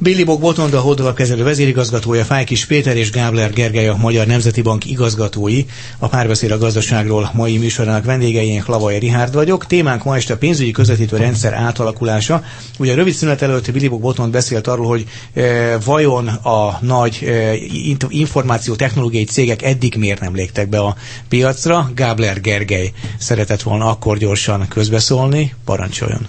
Billy Boog Botond, a holdalapkezelő vezérigazgatója, Fájkis Péter és Gábler Gergely, a Magyar Nemzeti Bank igazgatói, a Párbeszéd a gazdaságról mai műsorának vendégei, én Hlavaj Richárd vagyok. Témánk ma este a pénzügyi közvetítő rendszer átalakulása. Ugye a rövid szünet előtt Billy Boog Botond beszélt arról, hogy vajon a nagy információ technológiai cégek eddig miért nem léptek be a piacra. Gábler Gergely szeretett volna akkor gyorsan közbeszólni. Parancsoljon!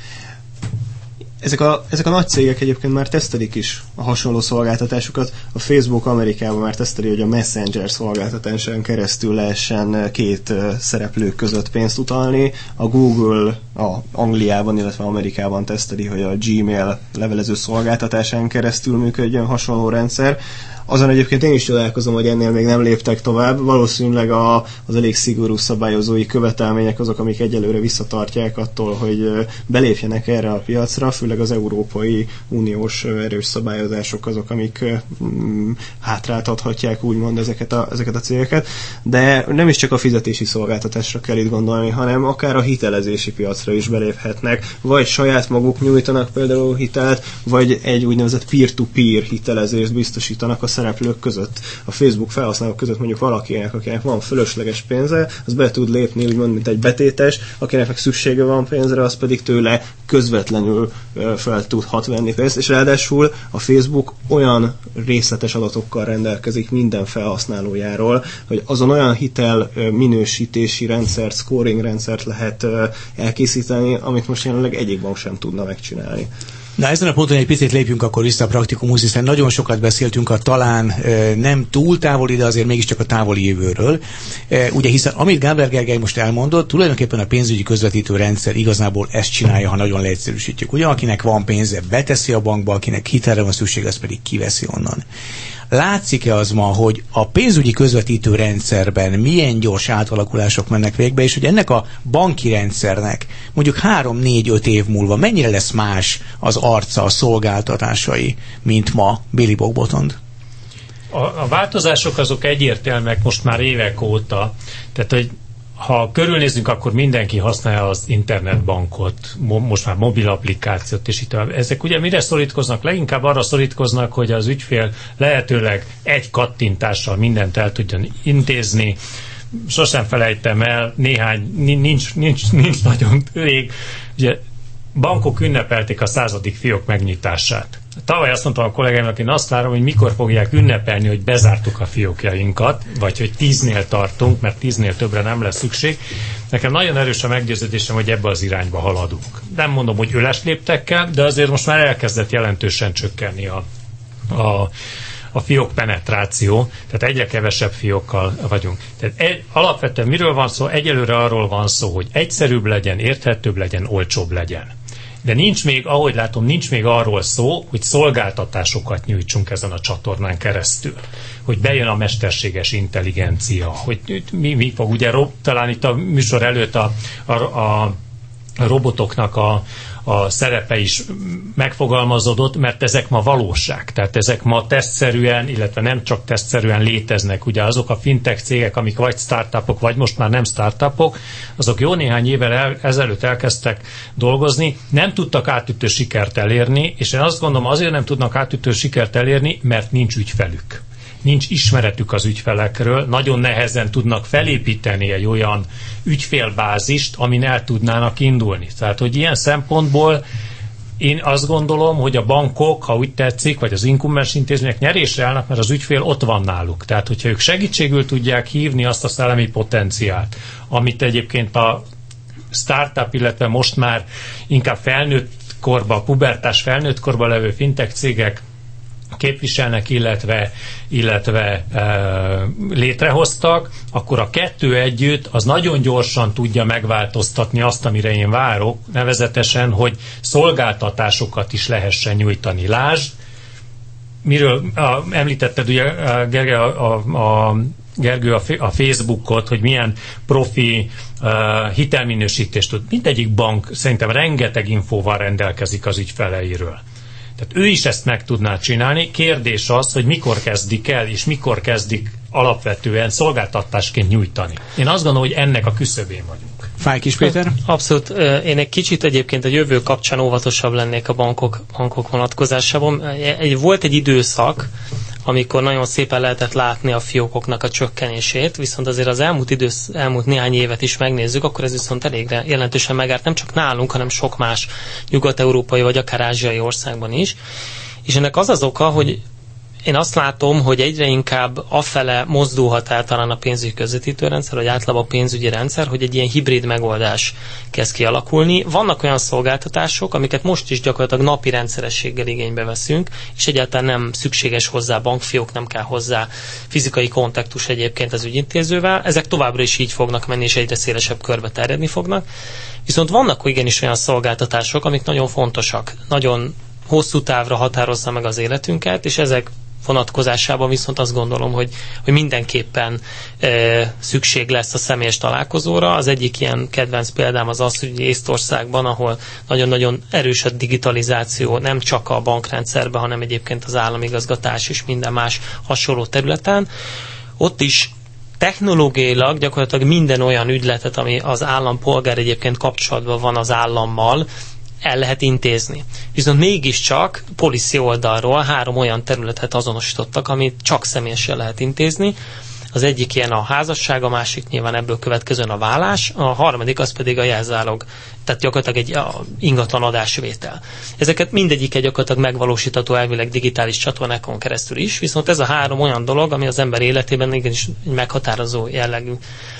Ezek a nagy cégek egyébként már tesztelik is a hasonló szolgáltatásokat. A Facebook Amerikában már teszteli, hogy a Messenger szolgáltatásán keresztül lehessen két szereplő között pénzt utalni. A Google Angliában, illetve Amerikában teszteli, hogy a Gmail levelező szolgáltatásán keresztül működjön hasonló rendszer. Azon egyébként én is csodálkozom, hogy ennél még nem léptek tovább. Valószínűleg az elég szigorú szabályozói követelmények azok, amik egyelőre visszatartják attól, hogy belépjenek erre a piacra, főleg az Európai Uniós erős szabályozások azok, amik hátráltathatják úgymond ezeket a cégeket. De nem is csak a fizetési szolgáltatásra kell itt gondolni, hanem akár a hitelezési piacra is beléphetnek, vagy saját maguk nyújtanak például hitelt, vagy egy úgynevezett peer-to-peer hitelezést biztosítanak a szereplők között. A Facebook felhasználók között mondjuk valakinek, akinek van fölösleges pénze, az be tud lépni úgymond, mint egy betétes, akinek meg szüksége van pénzre, az pedig tőle közvetlenül fel tudhat venni pénzt, és ráadásul a Facebook olyan részletes adatokkal rendelkezik minden felhasználójáról, hogy azon olyan hitel minősítési rendszert, scoring rendszert lehet elkészíteni, amit most jelenleg egyik bank sem tudna megcsinálni. Na, ezen a ponton egy picit lépjünk akkor vissza a praktikumhoz, hiszen nagyon sokat beszéltünk a talán nem túl távoli, de azért mégiscsak a távoli jövőről. Ugye, hiszen amit Gábler Gergely most elmondott, tulajdonképpen a pénzügyi közvetítő rendszer igazából ezt csinálja, ha nagyon leegyszerűsítjük. Ugye, akinek van pénze, beteszi a bankba, akinek hitelre van szükség, az pedig kiveszi onnan. Látszik-e az ma, hogy a pénzügyi közvetítő rendszerben milyen gyors átalakulások mennek végbe, és hogy ennek a banki rendszernek mondjuk 3-4-5 év múlva mennyire lesz más az arca, a szolgáltatásai, mint ma Billy Boog Botond? A változások azok egyértelműek most már évek óta. Tehát, hogy ha körülnézzünk, akkor mindenki használja az internetbankot, most már mobil applikációt, és itt ezek ugye mire szorítkoznak? Leginkább arra szorítkoznak, hogy az ügyfél lehetőleg egy kattintással mindent el tudjon intézni. Sosem felejtem el, nincs nagyon rég, ugye bankok ünnepelték a 100. fiók megnyitását. Tavaly azt mondtam a kollégáimnak, én azt várom, hogy mikor fogják ünnepelni, hogy bezártuk a fiókjainkat, vagy hogy 10-nél tartunk, mert 10-nél többre nem lesz szükség. Nekem nagyon erős a meggyőződésem, hogy ebbe az irányba haladunk. Nem mondom, hogy öles léptekkel, de azért most már elkezdett jelentősen csökkenni a fiók penetráció, tehát egyre kevesebb fiókkal vagyunk. Tehát alapvetően miről van szó? Egyelőre arról van szó, hogy egyszerűbb legyen, érthetőbb legyen, olcsóbb legyen. De nincs még, ahogy látom, nincs még arról szó, hogy szolgáltatásokat nyújtsunk ezen a csatornán keresztül. Hogy bejön a mesterséges intelligencia, hogy mi fog, ugye talán itt a műsor előtt a robotoknak a szerepe is megfogalmazódott, mert ezek ma valóság. Tehát ezek ma tesztszerűen, illetve nem csak tesztszerűen léteznek. Ugye azok a fintech cégek, amik vagy startupok, vagy most már nem startupok, azok jó néhány évvel ezelőtt elkezdtek dolgozni, nem tudtak átütő sikert elérni, és én azt gondolom, azért nem tudnak átütő sikert elérni, mert nincs ügyfelük. Nincs ismeretük az ügyfelekről, nagyon nehezen tudnak felépíteni egy olyan ügyfélbázist, amin el tudnának indulni. Tehát, hogy ilyen szempontból én azt gondolom, hogy a bankok, ha úgy tetszik, vagy az inkumbens intézmények nyerésre állnak, mert az ügyfél ott van náluk. Tehát, hogyha ők segítségül tudják hívni azt a szellemi potenciált, amit egyébként a startup, illetve most már inkább felnőtt korba, pubertás felnőtt korba levő fintech cégek képviselnek, illetve létrehoztak, akkor a kettő együtt az nagyon gyorsan tudja megváltoztatni azt, amire én várok, nevezetesen, hogy szolgáltatásokat is lehessen nyújtani. Lásd, miről említetted ugye Gergő a Facebookot, hogy milyen profi hitelminősítést tud. Mindegyik bank szerintem rengeteg infóval rendelkezik az ügyfeleiről. Tehát ő is ezt meg tudná csinálni. Kérdés az, hogy mikor kezdik el, és mikor kezdik alapvetően szolgáltatásként nyújtani. Én azt gondolom, hogy ennek a küszöbén vagyunk. Fájkis Péter? Abszolút. Én egy kicsit egyébként a jövő kapcsán óvatosabb lennék a bankok vonatkozásában. Volt egy időszak, amikor nagyon szépen lehetett látni a fiókoknak a csökkenését, viszont azért az elmúlt néhány évet is megnézzük, akkor ez viszont elég jelentősen megárt, nem csak nálunk, hanem sok más nyugat-európai vagy akár ázsiai országban is. És ennek az az oka, hogy én azt látom, hogy egyre inkább afele mozdulhat el talán a pénzügyi közvetítőrendszer, vagy általában a pénzügyi rendszer, hogy egy ilyen hibrid megoldás kezd kialakulni. Vannak olyan szolgáltatások, amiket most is gyakorlatilag napi rendszerességgel igénybe veszünk, és egyáltalán nem szükséges hozzá bankfiók, nem kell hozzá fizikai kontaktus egyébként az ügyintézővel. Ezek továbbra is így fognak menni, és egyre szélesebb körbe terjedni fognak. Viszont vannak igenis olyan szolgáltatások, amik nagyon fontosak, nagyon hosszú távra határozza meg az életünket, és ezek vonatkozásában viszont azt gondolom, hogy mindenképpen szükség lesz a személyes találkozóra. Az egyik ilyen kedvenc példám az, hogy Észtországban, ahol nagyon-nagyon erős a digitalizáció, nem csak a bankrendszerben, hanem egyébként az államigazgatás és minden más hasonló területen, ott is technológiailag gyakorlatilag minden olyan ügyletet, ami az állampolgár egyébként kapcsolatban van az állammal, el lehet intézni. Viszont mégiscsak policy oldalról 3 olyan területet azonosítottak, amit csak személyesen lehet intézni. Az egyik ilyen a házasság, a másik nyilván ebből következően a vállás, a harmadik az pedig a jelzálog, tehát gyakorlatilag egy ingatlan adásvétel. Ezeket mindegyiket gyakorlatilag megvalósítható elvileg digitális csatornákon keresztül is, viszont ez a 3 olyan dolog, ami az ember életében igenis meghatározó jellegű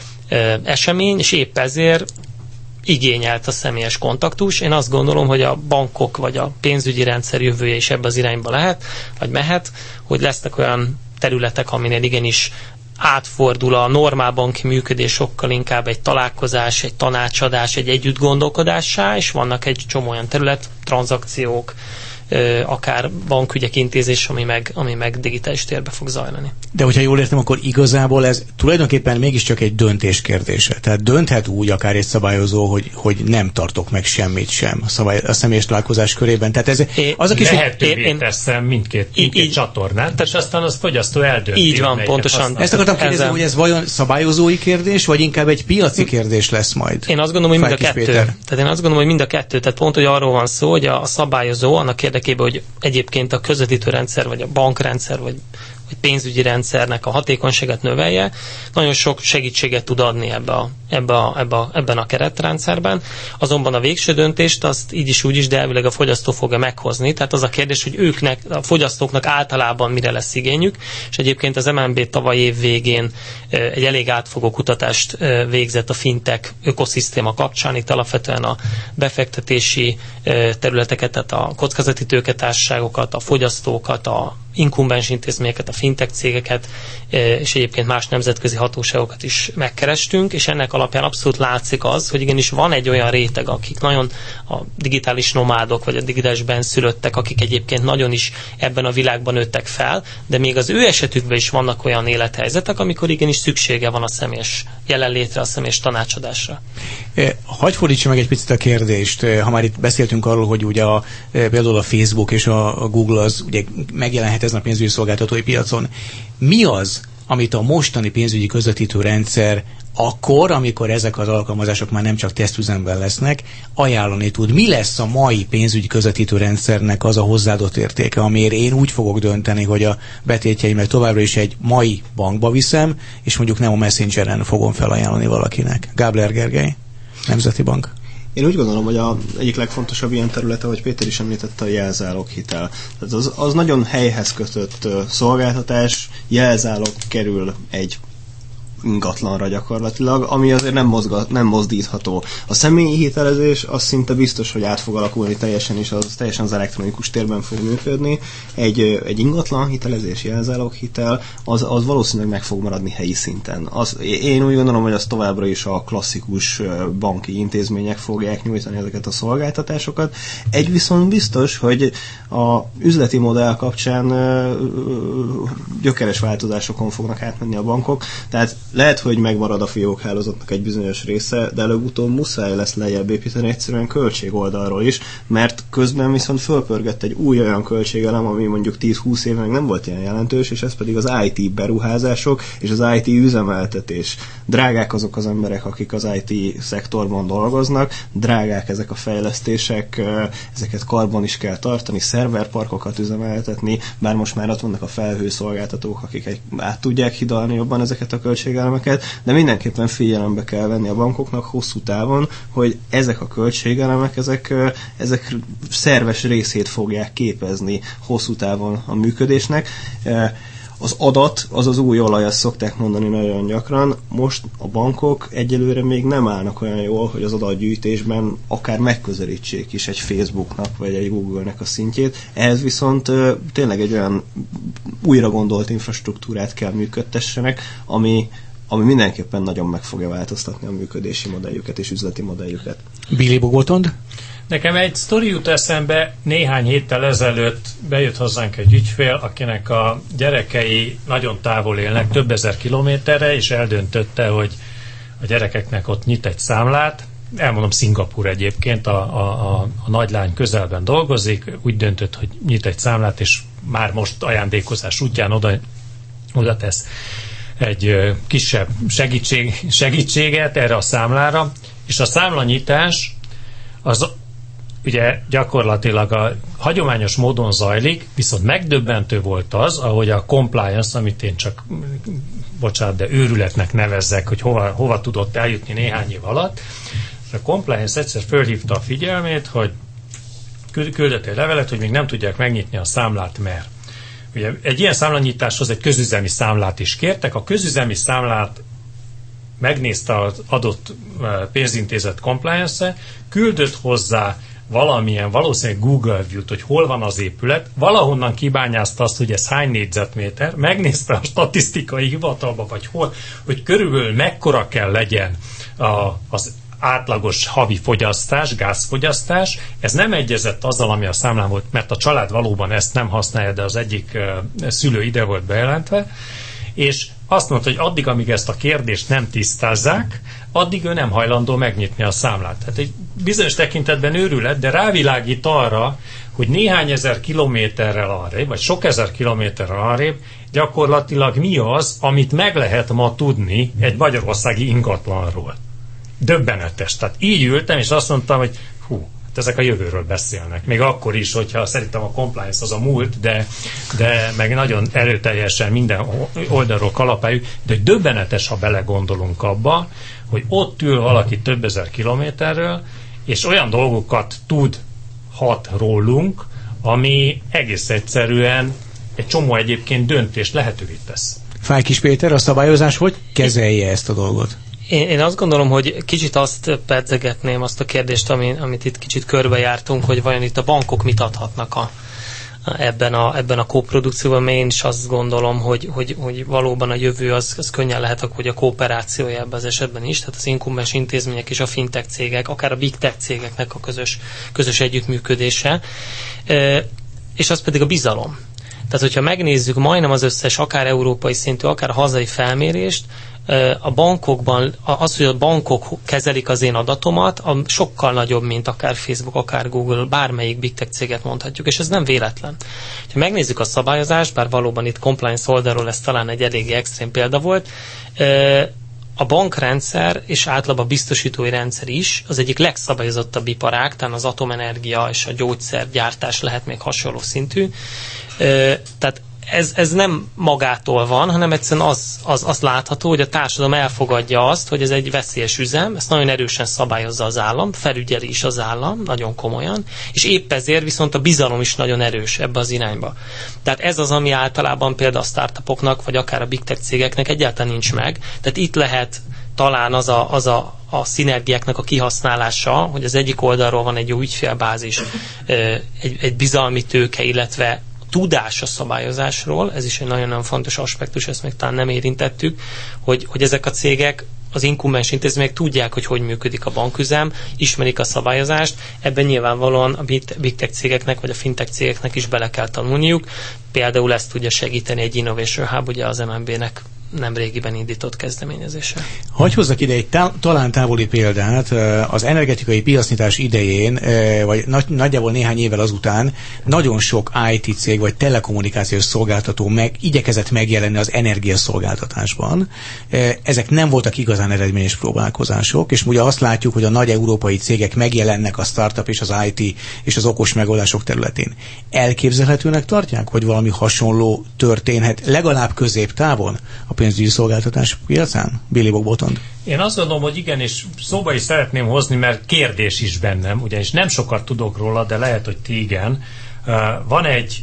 esemény, és épp ezért igényelt a személyes kontaktus. Én azt gondolom, hogy a bankok vagy a pénzügyi rendszer jövője is ebbe az irányba lehet, vagy mehet, hogy lesznek olyan területek, aminél igenis átfordul a normál banki működés sokkal inkább egy találkozás, egy tanácsadás, egy együttgondolkodássá, és vannak egy csomó olyan terület, tranzakciók, akár bankügyek intézés, ami meg digitális térbe fog zajlani. De hogyha jól értem, akkor igazából ez tulajdonképpen mégiscsak egy döntés kérdése. Tehát dönthet úgy akár egy szabályozó, hogy nem tartok meg semmit sem a személyes találkozás körében. Tehát ez az a kis lehetővé teszem mindkét csatornát, és aztán az fogyasztó eldönti. Így van, pontosan. Ezt akartam kérdezni, hogy ez vajon szabályozói kérdés, vagy inkább egy piaci kérdés lesz majd? Én azt gondolom, hogy mind a kettő. Tehát én azt gondolom, hogy mind a kettő. Tehát pont, hogy arról van szó, hogy a szabályozó annak érdekében, hogy egyébként a közvetítőrendszer, vagy a bankrendszer, vagy pénzügyi rendszernek a hatékonyságát növelje, nagyon sok segítséget tud adni ebben a keretrendszerben. Azonban a végső döntést azt így is úgy is, de elvileg a fogyasztó fogja meghozni. Tehát az a kérdés, hogy a fogyasztóknak általában mire lesz igényük, és egyébként az MNB tavaly év végén egy elég átfogó kutatást végzett a fintech ökoszisztéma kapcsán. Itt alapvetően a befektetési területeket, tehát a kockázati tőketársaságokat, a fogyasztókat, a inkumbens intézményeket, a fintech cégeket és egyébként más nemzetközi hatóságokat is megkerestünk, és ennek alapján abszolút látszik az, hogy igenis van egy olyan réteg, akik nagyon a digitális nomádok, vagy a digitális benszülöttek, akik egyébként nagyon is ebben a világban nőttek fel, de még az ő esetükben is vannak olyan élethelyzetek, amikor igenis szüksége van a személyes jelenlétre, a személyes tanácsadásra. Hadd fordítsa meg egy picit a kérdést, ha már itt beszéltünk arról, hogy ugye például a Facebook és a Google az ugye megjelenhet ezen a pénzügyi szolgáltatói piacon. Mi az, amit a mostani pénzügyi közvetítő rendszer akkor, amikor ezek az alkalmazások már nem csak tesztüzemben lesznek, ajánlani tud? Mi lesz a mai pénzügyi közvetítő rendszernek az a hozzáadott értéke, amiért én úgy fogok dönteni, hogy a betétjeimet továbbra is egy mai bankba viszem, és mondjuk nem a Messengeren fogom felajánlani valakinek? Gábler Gergely, Nemzeti Bank. Én úgy gondolom, hogy az egyik legfontosabb ilyen területe, hogy Péter is említette, a jelzáloghitel. Tehát az nagyon helyhez kötött szolgáltatás, jelzálog kerül egy ingatlanra gyakorlatilag, ami azért nem mozdítható. A személyi hitelezés az szinte biztos, hogy át fog alakulni teljesen, és az teljesen az elektronikus térben fog működni. Egy ingatlan hitelezés, jelzáloghitel, az valószínűleg meg fog maradni helyi szinten. Én úgy gondolom, hogy az továbbra is a klasszikus banki intézmények fogják nyújtani ezeket a szolgáltatásokat. Egy viszont biztos, hogy a üzleti modell kapcsán gyökeres változásokon fognak átmenni a bankok, tehát lehet, hogy megmarad a fiókhálózatnak egy bizonyos része, de előbb-utóbb muszáj lesz lejjebb építeni egyszerűen költségoldalról is, mert közben viszont fölpörgett egy új olyan költségelem, ami mondjuk 10-20 éve meg nem volt ilyen jelentős, és ez pedig az IT beruházások és az IT üzemeltetés. Drágák azok az emberek, akik az IT szektorban dolgoznak, drágák ezek a fejlesztések, ezeket karban is kell tartani, szerverparkokat üzemeltetni, bár most már ott vannak a felhőszolgáltatók, akik át tudják hidalni jobban ezeket a költségelemeket, de mindenképpen figyelembe kell venni a bankoknak hosszú távon, hogy ezek a költségelemek, ezek szerves részét fogják képezni hosszú távon a működésnek. Az adat, az az új olaj, ezt szokták mondani nagyon gyakran. Most a bankok egyelőre még nem állnak olyan jól, hogy az adatgyűjtésben akár megközelítsék is egy Facebooknak, vagy egy Google-nek a szintjét. Ehhez viszont tényleg egy olyan újra gondolt infrastruktúrát kell működtessenek, ami mindenképpen nagyon meg fogja változtatni a működési modelljüket és üzleti modelljüket. Billy Bogotond? Nekem egy sztori jut eszembe, néhány héttel ezelőtt bejött hozzánk egy ügyfél, akinek a gyerekei nagyon távol élnek, több ezer kilométerre, és eldöntötte, hogy a gyerekeknek ott nyit egy számlát. Elmondom, Szingapúr egyébként, a nagylány közelben dolgozik, úgy döntött, hogy nyit egy számlát, és már most ajándékozás útján oda tesz egy kisebb segítséget erre a számlára, és a számlanyitás az ugye gyakorlatilag a hagyományos módon zajlik, viszont megdöbbentő volt az, ahogy a compliance, amit én csak, bocsánat, de őrületnek nevezzek, hogy hova tudott eljutni néhány év alatt. A compliance egyszer fölhívta a figyelmét, hogy küldött egy levelet, hogy még nem tudják megnyitni a számlát, mert ugye egy ilyen számlanyításhoz egy közüzemi számlát is kértek, a közüzemi számlát megnézte az adott pénzintézet compliance-e, küldött hozzá valamilyen, valószínűleg Google View-t, hogy hol van az épület, valahonnan kibányázta azt, hogy ez hány négyzetméter, megnézte a statisztikai hivatalba, vagy hol, hogy körülbelül mekkora kell legyen az átlagos havi fogyasztás, gázfogyasztás. Ez nem egyezett azzal, ami a számlán volt, mert a család valóban ezt nem használja, de az egyik szülő ide volt bejelentve, és azt mondta, hogy addig, amíg ezt a kérdést nem tisztázzák, addig ő nem hajlandó megnyitni a számlát. Tehát egy bizonyos tekintetben őrület, de rávilágít arra, hogy néhány ezer kilométerrel arrébb, vagy sok ezer kilométerrel arrébb gyakorlatilag mi az, amit meg lehet ma tudni egy magyarországi ingatlanról. Döbbenetes. Tehát így ültem, és azt mondtam, hogy ezek a jövőről beszélnek. Még akkor is, hogyha szerintem a compliance az a múlt, de meg nagyon erőteljesen minden oldalról kalapáljuk, de döbbenetes, ha belegondolunk abba, hogy ott ül valaki több ezer kilométerről, és olyan dolgokat tudhat rólunk, ami egész egyszerűen egy csomó egyébként döntést lehetővé tesz. Fájkis Péter, a szabályozás hogy kezelje ezt a dolgot? Én azt gondolom, hogy kicsit azt pedzegetném, azt a kérdést, amit itt kicsit körbejártunk, hogy vajon itt a bankok mit adhatnak ebben a kóprodukcióban, mert én is azt gondolom, hogy valóban a jövő az könnyen lehet, hogy a kooperációja ebben az esetben is, tehát az inkumbens intézmények és a fintech cégek, akár a big tech cégeknek a közös együttműködése, és az pedig a bizalom. Tehát, hogyha megnézzük majdnem az összes, akár európai szintű, akár hazai felmérést, a bankokban, az, hogy a bankok kezelik az én adatomat, sokkal nagyobb, mint akár Facebook, akár Google, bármelyik big tech céget mondhatjuk, és ez nem véletlen. Ha megnézzük a szabályozást, bár valóban itt compliance oldalról ez talán egy eléggé extrém példa volt, a bankrendszer és általában a biztosítói rendszer is az egyik legszabályozottabb iparág, talán az atomenergia és a gyógyszergyártás lehet még hasonló szintű. Tehát ez nem magától van, hanem egyszerűen az látható, hogy a társadalom elfogadja azt, hogy ez egy veszélyes üzem, ezt nagyon erősen szabályozza az állam, felügyeli is az állam, nagyon komolyan, és épp ezért viszont a bizalom is nagyon erős ebbe az irányba. Tehát ez az, ami általában például a startupoknak, vagy akár a big tech cégeknek egyáltalán nincs meg. Tehát itt lehet talán az a szinergiáknak a kihasználása, hogy az egyik oldalról van egy jó ügyfélbázis, egy bizalmi tőke, illetve tudás a szabályozásról, ez is egy nagyon-nagyon fontos aspektus, ezt még talán nem érintettük, hogy ezek a cégek, az inkumbens intézmények tudják, hogy működik a banküzem, ismerik a szabályozást, ebben nyilvánvalóan a big tech cégeknek, vagy a fintech cégeknek is bele kell tanulniuk. Például ezt tudja segíteni egy Innovation Hub, ugye az MNB-nek nem régiben indított kezdeményezése. Hagy hozzak ide egy talán távoli példát. Az energetikai piacnyitás idején, vagy nagyjából néhány évvel azután nagyon sok IT cég vagy telekommunikációs szolgáltató igyekezett megjelenni az energiaszolgáltatásban. Ezek nem voltak igazán eredményes próbálkozások, és ugye azt látjuk, hogy a nagy európai cégek megjelennek a startup és az IT és az okos megoldások területén. Elképzelhetőnek tartják, hogy valami hasonló történhet legalább középtávon a pénzügyi szolgáltatás piacán? Billy Bob Botond. Én azt gondolom, hogy igen, és szóba is szeretném hozni, mert kérdés is bennem, ugyanis nem sokat tudok róla, de lehet, hogy ti igen. Van egy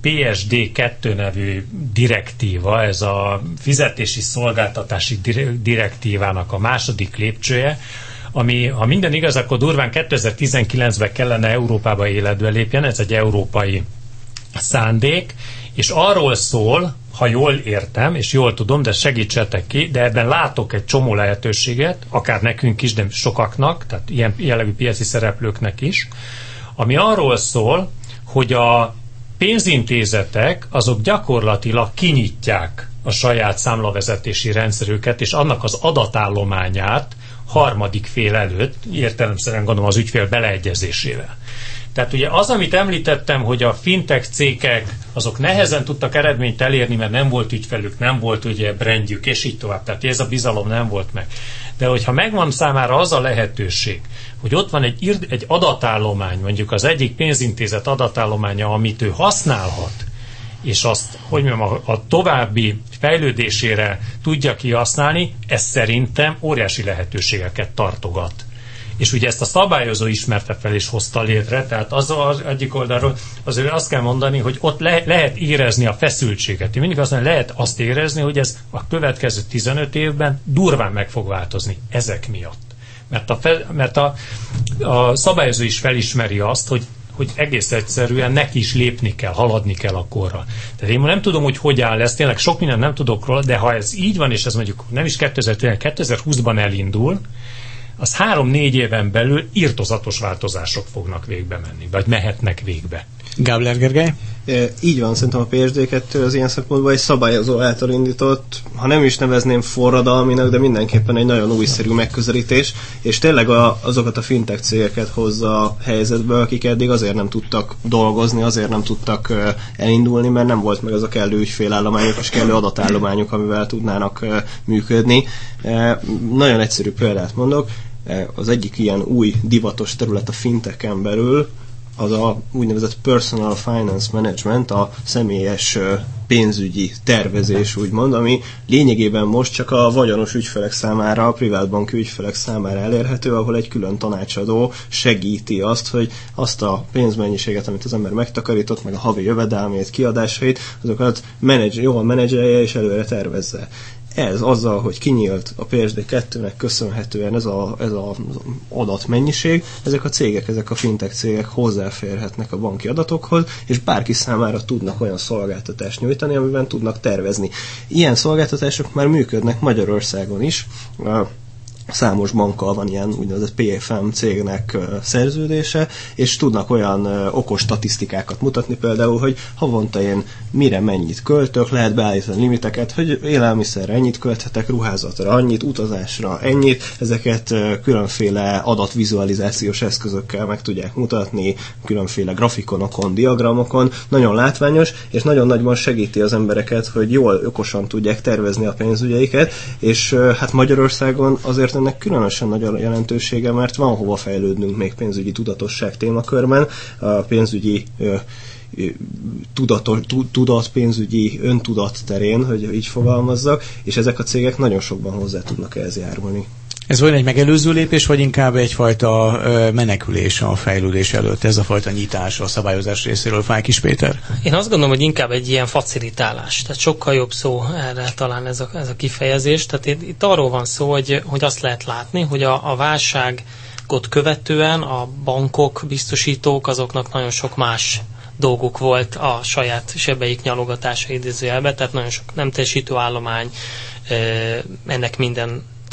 PSD2 nevű direktíva, ez a fizetési szolgáltatási direktívának a második lépcsője, ami, ha minden igaz, akkor durván 2019-ben kellene Európába életbe lépjen, ez egy európai szándék, és arról szól, ha jól értem, és jól tudom, de segítsetek ki, de ebben látok egy csomó lehetőséget, akár nekünk is, de sokaknak, tehát ilyen jellegű piaci szereplőknek is, ami arról szól, hogy a pénzintézetek azok gyakorlatilag kinyitják a saját számlavezetési rendszerüket, és annak az adatállományát harmadik fél előtt, értelemszerűen gondolom az ügyfél beleegyezésével. Tehát ugye az, amit említettem, hogy a fintech cégek azok nehezen tudtak eredményt elérni, mert nem volt ügyfelük, nem volt ugye brandjük, és így tovább. Tehát ez a bizalom nem volt meg. De hogyha megvan számára az a lehetőség, hogy ott van egy adatállomány, mondjuk az egyik pénzintézet adatállománya, amit ő használhat, és azt, hogy mondjam, a további fejlődésére tudja kihasználni, ez szerintem óriási lehetőségeket tartogat. És ugye ezt a szabályozó ismerte fel és hozta létre, tehát az egyik oldalról azért azt kell mondani, hogy ott lehet érezni a feszültséget. Én mindig azt mondom, lehet azt érezni, hogy ez a következő 15 évben durván meg fog változni ezek miatt. Mert a szabályozó is felismeri azt, hogy egész egyszerűen neki is lépni kell, haladni kell a korra. Tehát én nem tudom, hogy áll ez, tényleg sok mindent nem tudok róla, de ha ez így van, és ez mondjuk nem is 2020-ban elindul, az 3-4 éven belül irtózatos változások fognak végbe menni, vagy mehetnek végbe. Gábler Gergely? Így van, szerintem a PSD2 az ilyen szempontból egy szabályozó által indított, ha nem is nevezném forradalminak, de mindenképpen egy nagyon újszerű megközelítés, és tényleg azokat a fintech cégeket hozza a helyzetbe, akik eddig azért nem tudtak dolgozni, azért nem tudtak elindulni, mert nem volt meg az a kellő ügyfélállományok és kellő adatállományok, amivel tudnának működni. Nagyon egyszerű példát mondok, az egyik ilyen új divatos terület a fintechen belül, az a úgynevezett personal finance management, a személyes pénzügyi tervezés, úgymond, ami lényegében most csak a vagyonos ügyfelek számára, a privátbanki ügyfelek számára elérhető, ahol egy külön tanácsadó segíti azt, hogy azt a pénzmennyiséget, amit az ember megtakarított, meg a havi jövedelmét, kiadásait, azokat jól menedzselje és előre tervezze. Ez azzal, hogy kinyílt a PSD2-nek köszönhetően ez az adatmennyiség, ezek a cégek, ezek a fintech cégek hozzáférhetnek a banki adatokhoz, és bárki számára tudnak olyan szolgáltatást nyújtani, amiben tudnak tervezni. Ilyen szolgáltatások már működnek Magyarországon is. Számos bankkal van ilyen úgynevezett PFM cégnek szerződése, és tudnak olyan okos statisztikákat mutatni, például, hogy havonta én mire mennyit költök, lehet beállítani limiteket, hogy élelmiszerre ennyit költhetek, ruházatra annyit, utazásra ennyit, ezeket különféle adatvizualizációs eszközökkel meg tudják mutatni, különféle grafikonokon, diagramokon, nagyon látványos, és nagyon nagyban segíti az embereket, hogy jól, okosan tudják tervezni a pénzügyeiket, és hát Magyarországon azért ennek különösen nagy a jelentősége, mert van hova fejlődnünk még pénzügyi tudatosság témakörben, a pénzügyi tudat, pénzügyi öntudat terén, hogy így fogalmazzak, és ezek a cégek nagyon sokban hozzá tudnak ehhez járulni. Ez olyan egy megelőző lépés, vagy inkább egyfajta menekülés a fejlődés előtt, ez a fajta nyitás a szabályozás részéről, Fákis Péter? Én azt gondolom, hogy inkább egy ilyen facilitálás. Tehát sokkal jobb szó erre talán ez a kifejezés. Tehát itt arról van szó, hogy azt lehet látni, hogy a válságot követően a bankok, biztosítók, azoknak nagyon sok más dolguk volt a saját sebeik nyalogatása idézőjelbe, tehát nagyon sok nem teljesítő állomány, ennek minden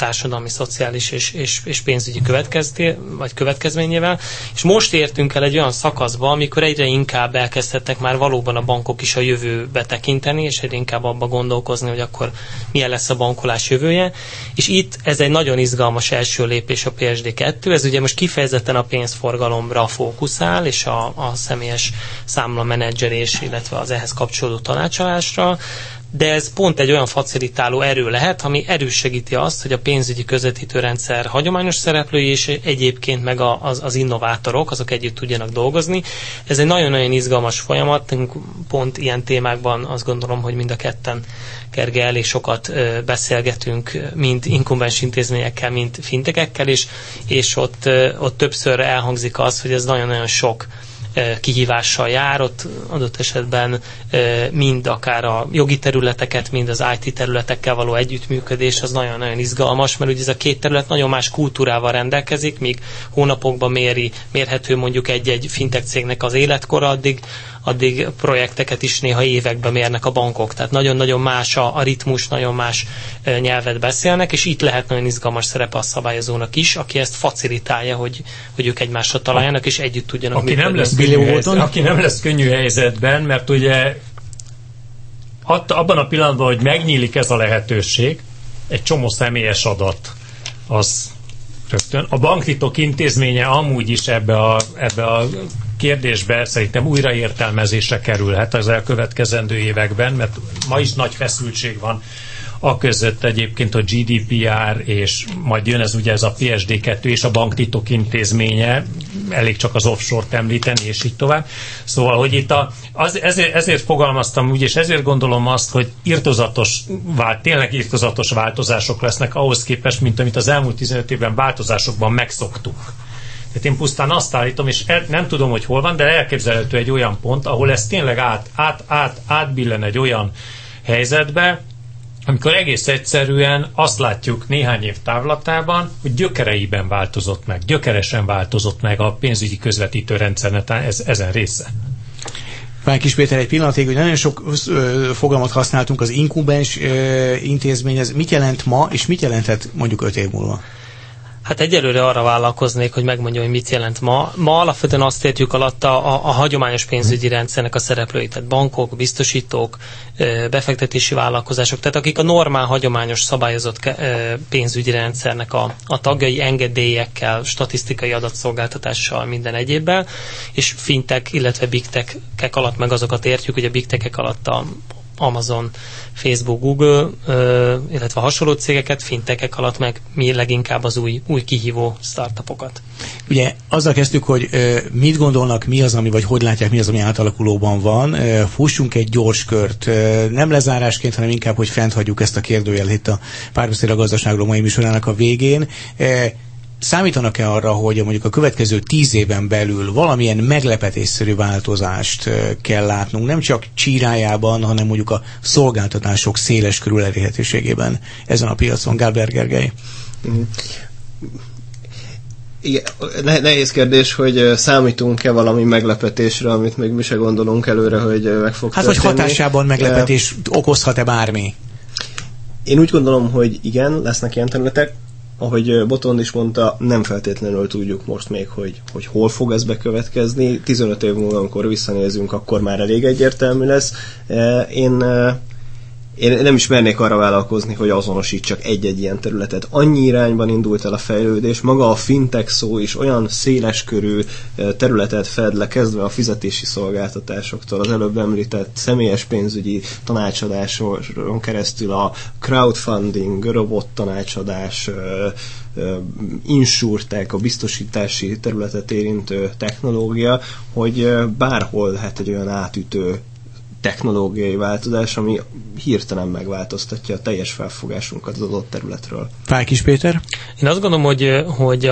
társadalmi, szociális és pénzügyi következményével. És most értünk el egy olyan szakaszba, amikor egyre inkább elkezdhettek már valóban a bankok is a jövőbe tekinteni, és egyre inkább abba gondolkozni, hogy akkor milyen lesz a bankolás jövője. És itt ez egy nagyon izgalmas első lépés a PSD2. Ez ugye most kifejezetten a pénzforgalomra fókuszál, és a személyes számlamenedzselés, illetve az ehhez kapcsolódó tanácsolásra, de ez pont egy olyan facilitáló erő lehet, ami erősegíti azt, hogy a pénzügyi közvetítőrendszer hagyományos szereplői és egyébként meg az innovátorok, azok együtt tudjanak dolgozni. Ez egy nagyon-nagyon izgalmas folyamat, pont ilyen témákban azt gondolom, hogy mind a ketten, Gergely, elég sokat beszélgetünk, mind inkumbens intézményekkel, mind fintekekkel, és ott többször elhangzik az, hogy ez nagyon-nagyon sok kihívással jár, ott adott esetben mind akár a jogi területeket, mind az IT területekkel való együttműködés, az nagyon-nagyon izgalmas, mert ugye ez a két terület nagyon más kultúrával rendelkezik, míg hónapokban mérhető mondjuk egy fintech cégnek az életkora, addig projekteket is néha években mérnek a bankok. Tehát nagyon-nagyon más a ritmus, nagyon más nyelvet beszélnek, és itt lehet nagyon izgalmas szerepe a szabályozónak is, aki ezt facilitálja, hogy ők egymásra találjanak, és együtt tudjanak működni. Aki nem lesz könnyű helyzetben, mert ugye abban a pillanatban, hogy megnyílik ez a lehetőség, egy csomó személyes adat, az rögtön. A banktitok intézménye amúgy is ebbe a kérdésbe szerintem újraértelmezésre kerülhet az elkövetkezendő években, mert ma is nagy feszültség van aközött egyébként a GDPR, és majd jön ez a PSD2 és a banktitok intézménye, elég csak az offshore-t említeni, és így tovább. Szóval, hogy itt ezért fogalmaztam úgy, és ezért gondolom azt, hogy tényleg irtózatos változások lesznek ahhoz képest, mint amit az elmúlt 15 évben változásokban megszoktuk. Tehát én pusztán azt állítom, és nem tudom, hogy hol van, de elképzelhető egy olyan pont, ahol ez tényleg átbillen egy olyan helyzetbe, amikor egész egyszerűen azt látjuk néhány év távlatában, hogy gyökeresen változott meg a pénzügyi közvetítő rendszernek ezen része. Pán Kis Péter, egy pillanatig, hogy nagyon sok fogalmat használtunk, az inkubens intézmény, ez mit jelent ma, és mit jelenthet mondjuk 5 év múlva? Hát egyelőre arra vállalkoznék, hogy megmondjam, hogy mit jelent ma. Ma alapvetően azt értjük alatta a hagyományos pénzügyi rendszernek a szereplőit, tehát bankok, biztosítók, befektetési vállalkozások, tehát akik a normál, hagyományos, szabályozott pénzügyi rendszernek a tagjai, engedélyekkel, statisztikai adatszolgáltatással, minden egyébben, és fintech, illetve big tech-ek alatt meg azokat értjük, hogy a big tech-ek alatt a Amazon, Facebook, Google, illetve hasonló cégeket, fintechek alatt meg mi leginkább az új kihívó startupokat. Ugye azzal kezdtük, hogy mit gondolnak, mi az, ami, vagy hogy látják, mi az, ami átalakulóban van. Fussunk egy gyors kört. Nem lezárásként, hanem inkább, hogy fent hagyjuk ezt a kérdőjelet itt a Párbeszéd a gazdaságról mai műsorának a végén. Számítanak-e arra, hogy mondjuk a következő 10 éven belül valamilyen meglepetésszerű változást kell látnunk, nem csak csírájában, hanem mondjuk a szolgáltatások széles körül elérhetőségében ezen a piacon? Gábor Gergely. Igen, nehéz kérdés, hogy számítunk-e valami meglepetésre, amit még mi se gondolunk előre, hogy meg fog történni. Hogy hatásában meglepetés okozhat-e bármi? Én úgy gondolom, hogy igen, lesznek ilyen területek. Ahogy Botond is mondta, nem feltétlenül tudjuk most még, hogy hol fog ez bekövetkezni. 15 év múlva, amikor visszanézünk, akkor már elég egyértelmű lesz. Én nem is mernék arra vállalkozni, hogy azonosítsak egy-egy ilyen területet. Annyi irányban indult el a fejlődés, maga a fintech szó is olyan széleskörű területet fed le, kezdve a fizetési szolgáltatásoktól, az előbb említett személyes pénzügyi tanácsadáson keresztül a crowdfunding, robot tanácsadás, insurtech, a biztosítási területet érintő technológia, hogy bárhol lehet egy olyan átütő technológiai változás, ami hirtelen megváltoztatja a teljes felfogásunkat az adott területről. Pál Kis Péter? Én azt gondolom, hogy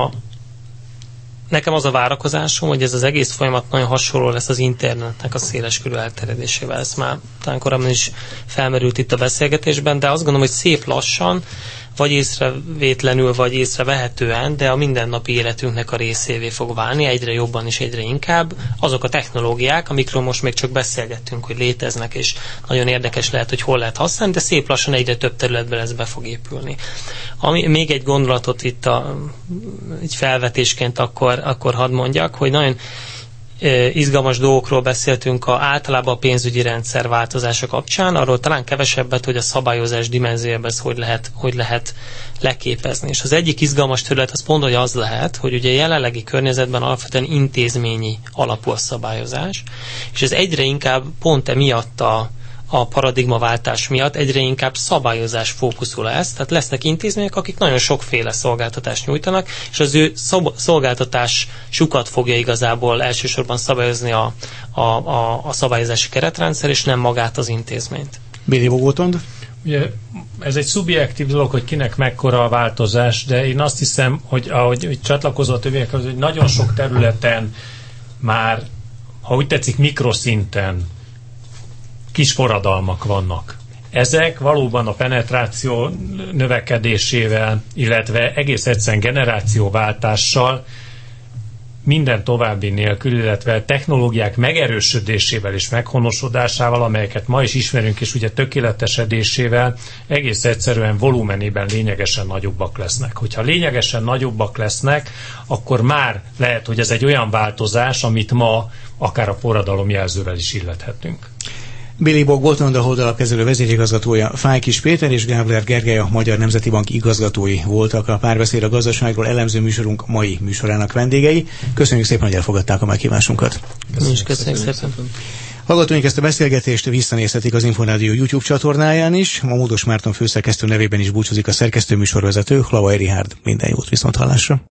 nekem az a várakozásom, hogy ez az egész folyamat nagyon hasonló lesz az internetnek a széleskörű elterjedésével. Ez már talán korábban is felmerült itt a beszélgetésben, de azt gondolom, hogy szép lassan vagy észrevétlenül, vagy észrevehetően, de a mindennapi életünknek a részévé fog válni, egyre jobban és egyre inkább. Azok a technológiák, amikről most még csak beszélgettünk, hogy léteznek, és nagyon érdekes lehet, hogy hol lehet használni, de szép lassan egyre több területben ez be fog épülni. Még egy gondolatot itt így felvetésként akkor hadd mondjak, hogy nagyon izgalmas dolgokról beszéltünk általában a pénzügyi rendszer változása kapcsán, arról talán kevesebbet, hogy a szabályozás dimenziójában ezt hogy lehet leképezni. És az egyik izgalmas terület az pont, hogy az lehet, hogy ugye jelenlegi környezetben alapvetően intézményi alapú a szabályozás, és ez egyre inkább pont emiatt a paradigmaváltás miatt egyre inkább szabályozás fókuszú lesz, tehát lesznek intézmények, akik nagyon sokféle szolgáltatást nyújtanak, és az ő szolgáltatásukat fogja igazából elsősorban szabályozni a szabályozási keretrendszer, és nem magát az intézményt. Béli Bogótond? Ugye, ez egy szubjektív dolog, hogy kinek mekkora a változás, de én azt hiszem, hogy ahogy csatlakozó a többiekhez, hogy nagyon sok területen már, ha úgy tetszik, mikroszinten kis forradalmak vannak. Ezek valóban a penetráció növekedésével, illetve egész egyszerűen generációváltással minden további nélkül, illetve technológiák megerősödésével és meghonosodásával, amelyeket ma is ismerünk, és ugye tökéletesedésével egész egyszerűen volumenében lényegesen nagyobbak lesznek. Hogyha lényegesen nagyobbak lesznek, akkor már lehet, hogy ez egy olyan változás, amit ma akár a forradalom jelzővel is illethetünk. Béli Bogótond, a Hold alapkezelő vezérigazgatója, Fájkis Péter és Gábler Gergely, a Magyar Nemzeti Bank igazgatói voltak a Párbeszéd a gazdaságról elemző műsorunk mai műsorának vendégei. Köszönjük szépen, hogy elfogadták a meghívásunkat. Köszönjük szépen. Hallgatóink ezt a beszélgetést visszanézhetik az Inforádió YouTube csatornáján is. A Módos Márton főszerkesztő nevében is búcsúzik a szerkesztő műsorvezető, Hlavai Richárd. Minden jót, viszonthallásra.